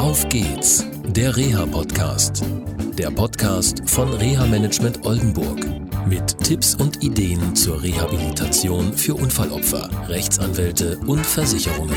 Auf geht's, der Reha-Podcast. Der Podcast von Reha-Management Oldenburg. Mit Tipps und Ideen zur Rehabilitation für Unfallopfer, Rechtsanwälte und Versicherungen.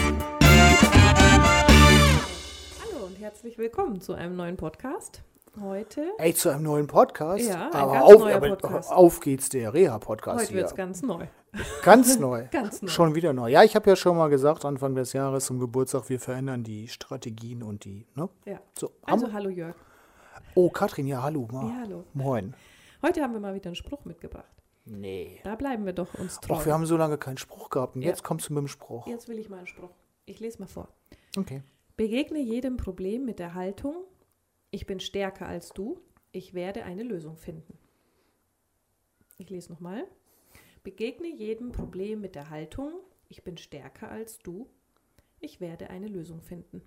Hallo und herzlich willkommen zu einem neuen Podcast. Heute. Zu einem neuen Podcast? Ja, Podcast. Auf geht's, der Reha-Podcast. Heute wird es ganz neu. Ganz neu? Ganz neu. Schon wieder neu. Ja, ich habe ja schon mal gesagt, Anfang des Jahres zum Geburtstag, wir verändern die Strategien und die, ne? Ja. So, Also hallo Jörg. Oh, Katrin, ja, hallo. Ja, hallo. Moin. Heute haben wir mal wieder einen Spruch mitgebracht. Nee. Da bleiben wir doch uns treu. Ach, wir haben so lange keinen Spruch gehabt und jetzt kommst du mit dem Spruch. Jetzt will ich mal einen Spruch. Ich lese mal vor. Okay. Begegne jedem Problem mit der Haltung, ich bin stärker als du, ich werde eine Lösung finden. Ich lese nochmal. Begegne jedem Problem mit der Haltung, ich bin stärker als du, ich werde eine Lösung finden.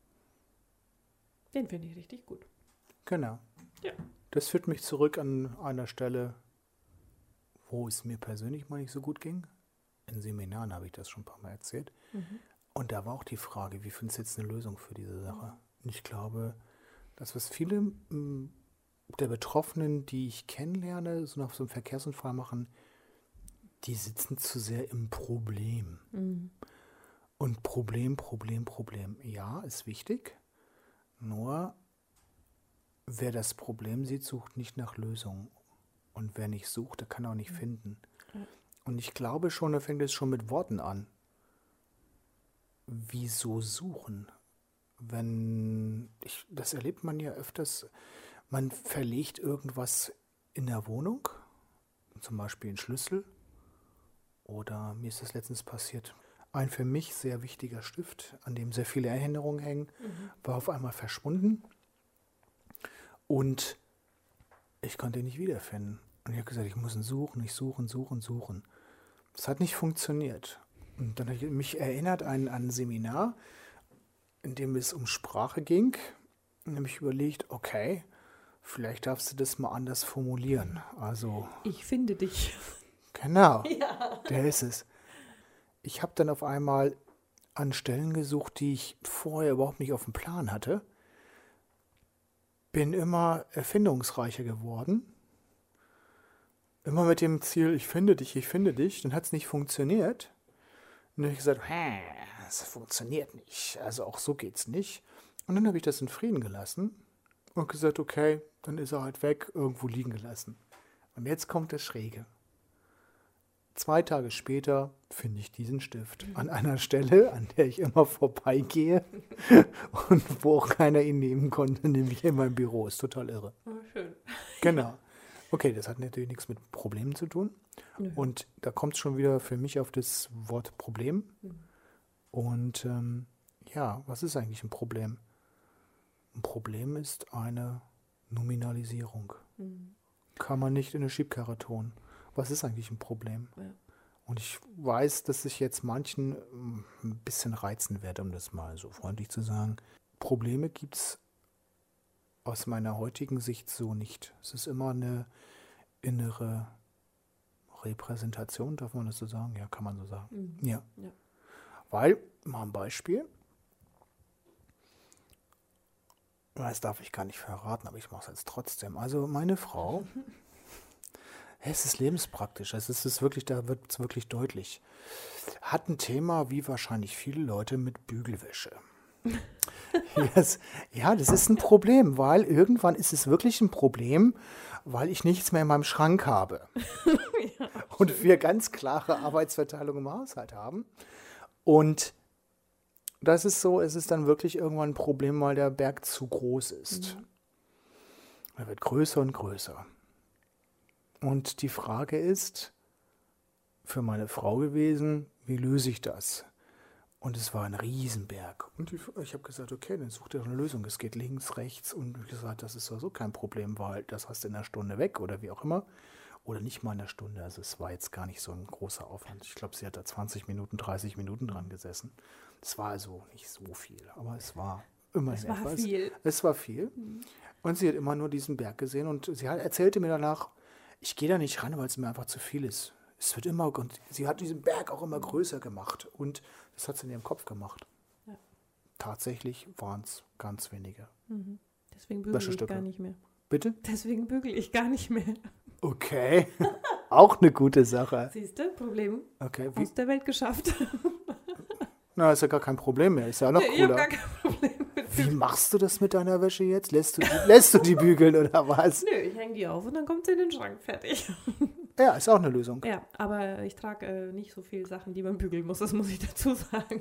Den finde ich richtig gut. Genau. Ja. Das führt mich zurück an einer Stelle, wo es mir persönlich mal nicht so gut ging. In Seminaren habe ich das schon ein paar Mal erzählt. Und da war auch die Frage, wie findest du jetzt eine Lösung für diese Sache? Und ich glaube, dass was viele der Betroffenen, die ich kennenlerne, so nach so einem Verkehrsunfall machen, die sitzen zu sehr im Problem. Und Problem. Ja, ist wichtig. Nur, wer das Problem sieht, sucht nicht nach Lösungen. Und wer nicht sucht, der kann auch nicht finden. Und ich glaube schon, da fängt es schon mit Worten an. Wieso suchen? Das erlebt man ja öfters, man verlegt irgendwas in der Wohnung, zum Beispiel einen Schlüssel, oder mir ist das letztens passiert, ein für mich sehr wichtiger Stift, an dem sehr viele Erinnerungen hängen, war auf einmal verschwunden und ich konnte ihn nicht wiederfinden. Und ich habe gesagt, ich muss ihn suchen. Das hat nicht funktioniert. Und dann habe ich mich erinnert an ein Seminar, in dem es um Sprache ging. Und habe ich überlegt, okay, vielleicht darfst du das mal anders formulieren. Also, Ich finde dich. genau, der ist es. Ich habe dann auf einmal an Stellen gesucht, die ich vorher überhaupt nicht auf dem Plan hatte. Bin immer erfindungsreicher geworden. Immer mit dem Ziel, ich finde dich. Dann hat es nicht funktioniert. Und dann habe ich gesagt, das funktioniert nicht. Also auch so geht's nicht. Und dann habe ich das in Frieden gelassen und gesagt, okay, dann ist er halt weg, irgendwo liegen gelassen. Und jetzt kommt das Schräge. 2 Tage später finde ich diesen Stift an einer Stelle, an der ich immer vorbeigehe und wo auch keiner ihn nehmen konnte, nämlich in meinem Büro. Ist total irre. Oh, schön. Genau. Okay, das hat natürlich nichts mit Problemen zu tun. Nö. Und da kommt es schon wieder für mich auf das Wort Problem. Und was ist eigentlich ein Problem? Ein Problem ist eine Nominalisierung. Kann man nicht in eine Schiebkarre tun. Was ist eigentlich ein Problem? Ja. Und ich weiß, dass ich jetzt manchen ein bisschen reizen werde, um das mal so freundlich zu sagen. Probleme gibt es aus meiner heutigen Sicht so nicht. Es ist immer eine innere Repräsentation, darf man das so sagen? Ja, kann man so sagen. Ja. Weil, mal ein Beispiel, das darf ich gar nicht verraten, aber ich mache es jetzt trotzdem. Also meine Frau, es ist lebenspraktisch, es ist wirklich, da wird es wirklich deutlich, hat ein Thema wie wahrscheinlich viele Leute mit Bügelwäsche. Das ist ein Problem, weil irgendwann ist es wirklich ein Problem, weil ich nichts mehr in meinem Schrank habe. Und wir ganz klare Arbeitsverteilung im Haushalt haben. Und das ist so, es ist dann wirklich irgendwann ein Problem, weil der Berg zu groß ist. Er wird größer und größer. Und die Frage ist für meine Frau gewesen, wie löse ich das? Und es war ein Riesenberg. Und ich habe gesagt, okay, dann such dir eine Lösung. Es geht links, rechts. Und ich habe gesagt, das ist so kein Problem, weil das hast du in einer Stunde weg oder wie auch immer. Oder nicht mal in einer Stunde. Also es war jetzt gar nicht so ein großer Aufwand. Ich glaube, sie hat da 20 Minuten, 30 Minuten dran gesessen. Es war also nicht so viel, aber es war immerhin etwas. Es war viel. Und sie hat immer nur diesen Berg gesehen. Und sie erzählte mir danach, ich gehe da nicht ran, weil es mir einfach zu viel ist. Es wird immer, und sie hat diesen Berg auch immer größer gemacht. Und das hat sie in ihrem Kopf gemacht. Ja. tatsächlich waren es ganz wenige. Deswegen bügele ich Wäschestücke. gar nicht mehr. Bitte? Deswegen bügele ich gar nicht mehr. Okay, auch eine gute Sache. Siehst du, Problem Okay, aus der Welt geschafft. na, ist ja gar kein Problem mehr, ist ja noch Ich habe cooler. gar kein Problem mit Wie machst du das mit deiner Wäsche jetzt? Lässt du die bügeln oder was? Nö, ich hänge die auf und dann kommt sie in den Schrank. Fertig. Ja, ist auch eine Lösung. Ja, aber ich trage nicht so viele Sachen, die man bügeln muss, das muss ich dazu sagen.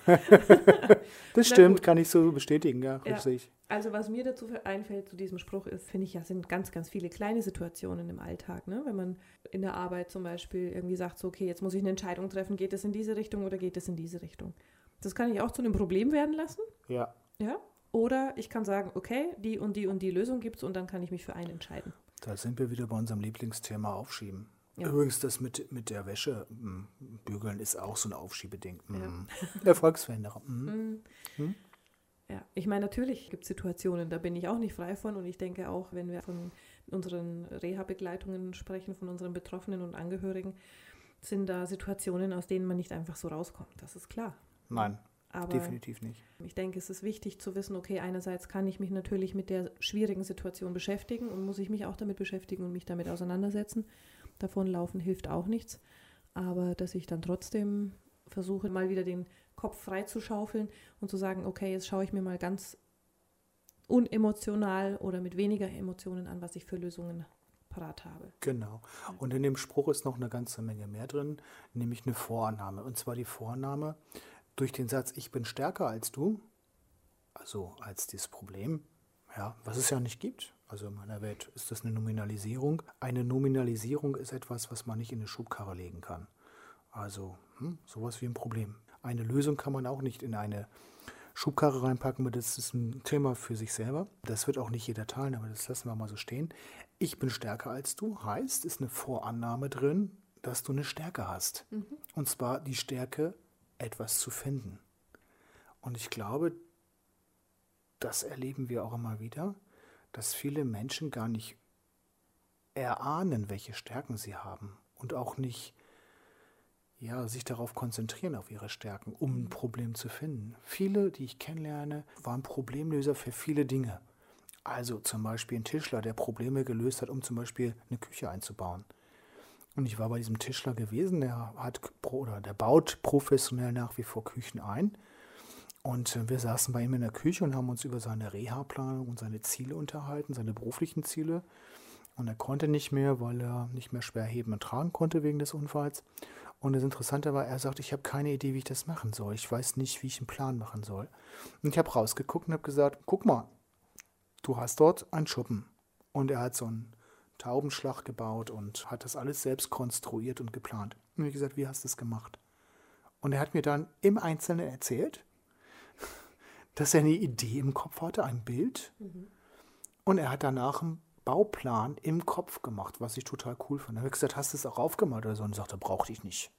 Das stimmt, gut. kann ich so bestätigen, ja, Ja. richtig. Also was mir dazu einfällt zu diesem Spruch ist, finde ich, ja, sind ganz, ganz viele kleine Situationen im Alltag. Ne? Wenn man in der Arbeit zum Beispiel irgendwie sagt, so, okay, jetzt muss ich eine Entscheidung treffen, geht es in diese Richtung oder geht es in diese Richtung? Das kann ich auch zu einem Problem werden lassen. Ja, Ja? Oder ich kann sagen, okay, die und die und die Lösung gibt es und dann kann ich mich für einen entscheiden. da sind wir wieder bei unserem Lieblingsthema Aufschieben. Ja. Übrigens, das mit der Wäsche bügeln ist auch so ein Aufschiebeding. Ja. Erfolgsverhinderer. Ja, ich meine, natürlich gibt es Situationen, da bin ich auch nicht frei von und ich denke auch, wenn wir von unseren Reha-Begleitungen sprechen, von unseren Betroffenen und Angehörigen, sind da Situationen, aus denen man nicht einfach so rauskommt. Das ist klar. Nein, Aber definitiv nicht. ich denke, es ist wichtig zu wissen, okay, einerseits kann ich mich natürlich mit der schwierigen Situation beschäftigen und muss ich mich auch damit beschäftigen und mich damit auseinandersetzen. Davonlaufen hilft auch nichts. Aber dass ich dann trotzdem versuche, mal wieder den Kopf frei zu schaufeln und zu sagen, okay, jetzt schaue ich mir mal ganz unemotional oder mit weniger Emotionen an, was ich für Lösungen parat habe. Genau. Und in dem Spruch ist noch eine ganze Menge mehr drin, nämlich eine Vorannahme. Und zwar die Vorannahme durch den Satz, ich bin stärker als du, also als dieses Problem, ja, was es ja nicht gibt. Also in meiner Welt ist das eine Nominalisierung. Eine Nominalisierung ist etwas, was man nicht in eine Schubkarre legen kann. Also sowas wie ein Problem. Eine Lösung kann man auch nicht in eine Schubkarre reinpacken, weil das ist ein Thema für sich selber. Das wird auch nicht jeder teilen, aber das lassen wir mal so stehen. Ich bin stärker als du heißt, ist eine Vorannahme drin, dass du eine Stärke hast. Und zwar die Stärke, etwas zu finden. Und ich glaube, das erleben wir auch immer wieder, dass viele Menschen gar nicht erahnen, welche Stärken sie haben und auch nicht sich darauf konzentrieren, auf ihre Stärken, um ein Problem zu finden. Viele, die ich kennenlerne, waren Problemlöser für viele Dinge. Also zum Beispiel ein Tischler, der Probleme gelöst hat, um zum Beispiel eine Küche einzubauen. Und ich war bei diesem Tischler gewesen, der baut professionell nach wie vor Küchen ein. Und wir saßen bei ihm in der Küche und haben uns über seine Reha-Planung und seine Ziele unterhalten, seine beruflichen Ziele. Und er konnte nicht mehr, weil er nicht mehr schwer heben und tragen konnte wegen des Unfalls. Und das Interessante war, er sagt, ich habe keine Idee, wie ich das machen soll. Ich weiß nicht, wie ich einen Plan machen soll. Und ich habe rausgeguckt und habe gesagt, guck mal, du hast dort einen Schuppen. Und er hat so einen Taubenschlag gebaut und hat das alles selbst konstruiert und geplant. Und ich habe gesagt, wie hast du es gemacht? Und er hat mir dann im Einzelnen erzählt, dass er eine Idee im Kopf hatte, ein Bild. Und er hat danach einen Bauplan im Kopf gemacht, was ich total cool fand. Dann habe ich gesagt, hast du es auch aufgemalt oder so? Und er sagte, brauchte ich nicht.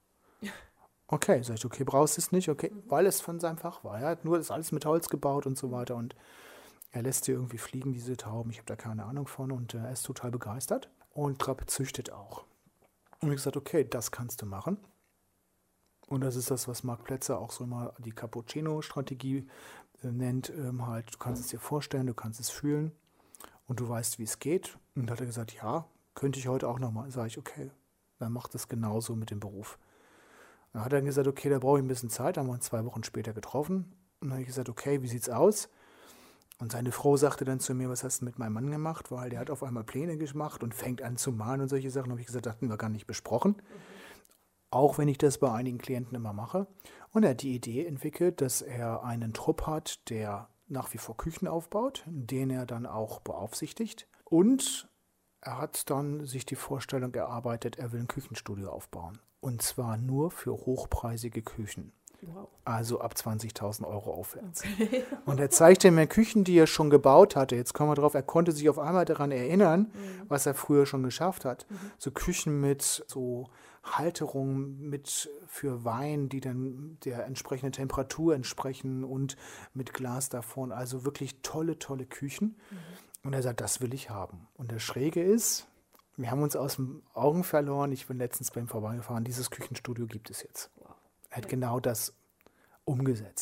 Okay, sag ich, okay, brauchst du es nicht? Okay, weil es von seinem Fach war. Er hat nur das alles mit Holz gebaut und so weiter. Und er lässt sie irgendwie fliegen, diese Tauben. Ich habe da keine Ahnung von. Und er ist total begeistert und züchtet auch. Und ich habe gesagt, okay, das kannst du machen. Und das ist das, was Marc Plätzer auch so mal die Cappuccino-Strategie nennt. Du kannst es dir vorstellen, du kannst es fühlen. Und du weißt, wie es geht. Und da hat er gesagt, ja, könnte ich heute auch nochmal. Sage ich, okay, dann mach das genauso mit dem Beruf. Dann hat er gesagt, okay, da brauche ich ein bisschen Zeit. Dann haben wir uns 2 Wochen später getroffen. Und dann habe ich gesagt, okay, wie sieht's aus? Und seine Frau sagte dann zu mir, was hast du mit meinem Mann gemacht? Weil der hat auf einmal Pläne gemacht und fängt an zu malen und solche Sachen. Da habe ich gesagt, das hatten wir gar nicht besprochen. Auch wenn ich das bei einigen Klienten immer mache. Und er hat die Idee entwickelt, dass er einen Trupp hat, der nach wie vor Küchen aufbaut, den er dann auch beaufsichtigt. Und er hat dann sich die Vorstellung erarbeitet, er will ein Küchenstudio aufbauen. Und zwar nur für hochpreisige Küchen. Wow. Also ab 20.000 Euro aufwärts. Okay. Und er zeigte mir Küchen, die er schon gebaut hatte. Jetzt kommen wir drauf, er konnte sich auf einmal daran erinnern, was er früher schon geschafft hat. So Küchen mit so Halterungen für Wein, die dann der entsprechenden Temperatur entsprechen und mit Glas davon. Also wirklich tolle, tolle Küchen. Und er sagt, das will ich haben. Und das Schräge ist, wir haben uns aus den Augen verloren. Ich bin letztens bei ihm vorbeigefahren. Dieses Küchenstudio gibt es jetzt. Wow. Er hat genau das umgesetzt. Ja.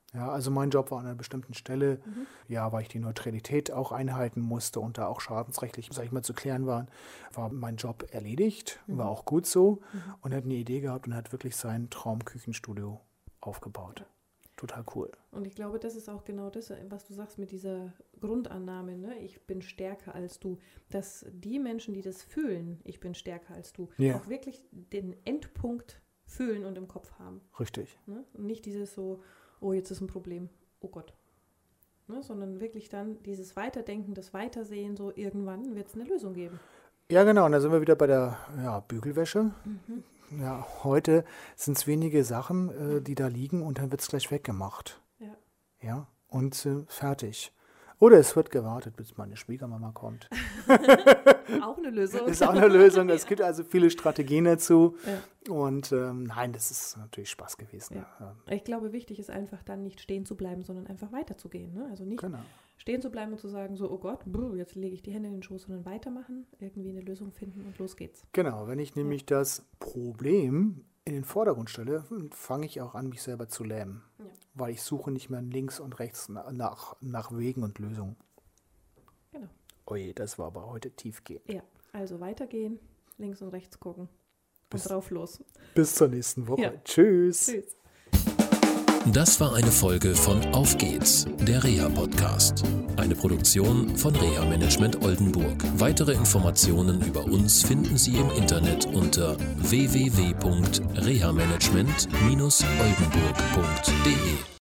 Ja, also mein Job war an einer bestimmten Stelle, ja, weil ich die Neutralität auch einhalten musste und da auch schadensrechtlich, sag ich mal, zu klären war mein Job erledigt, war auch gut so und hat eine Idee gehabt und hat wirklich sein Traumküchenstudio aufgebaut. Total cool. Und ich glaube, das ist auch genau das, was du sagst mit dieser Grundannahme, ne? Ich bin stärker als du. Dass die Menschen, die das fühlen, ich bin stärker als du, auch wirklich den Endpunkt fühlen und im Kopf haben. Richtig. Ne? Und nicht dieses so, oh, jetzt ist ein Problem, oh Gott. Ne? Sondern wirklich dann dieses Weiterdenken, das Weitersehen, so irgendwann wird es eine Lösung geben. Ja, genau. Und da sind wir wieder bei der Bügelwäsche. Ja, heute sind es wenige Sachen, die da liegen und dann wird es gleich weggemacht. Ja, und fertig. Oder es wird gewartet, bis meine Schwiegermama kommt. Auch eine Lösung. Ist auch eine Lösung. Es gibt also viele Strategien dazu. Ja. Und nein, das ist natürlich Spaß gewesen. Ja. Ich glaube, wichtig ist einfach dann nicht stehen zu bleiben, sondern einfach weiterzugehen. Ne? Also nicht stehen zu bleiben und zu sagen, so, oh Gott, jetzt lege ich die Hände in den Schoß, sondern weitermachen, irgendwie eine Lösung finden und los geht's. Genau, wenn ich nämlich das Problem in den Vordergrund stelle, fange ich auch an, mich selber zu lähmen. Ja. Weil ich suche nicht mehr links und rechts nach Wegen und Lösungen. Genau. Oje, das war aber heute tiefgehend. Ja, also weitergehen, links und rechts gucken und drauf los. Bis zur nächsten Woche. Ja. Tschüss. Tschüss. Das war eine Folge von Auf geht's, der Reha-Podcast. Eine Produktion von Reha Management Oldenburg. Weitere Informationen über uns finden Sie im Internet unter www.rehamanagement-oldenburg.de.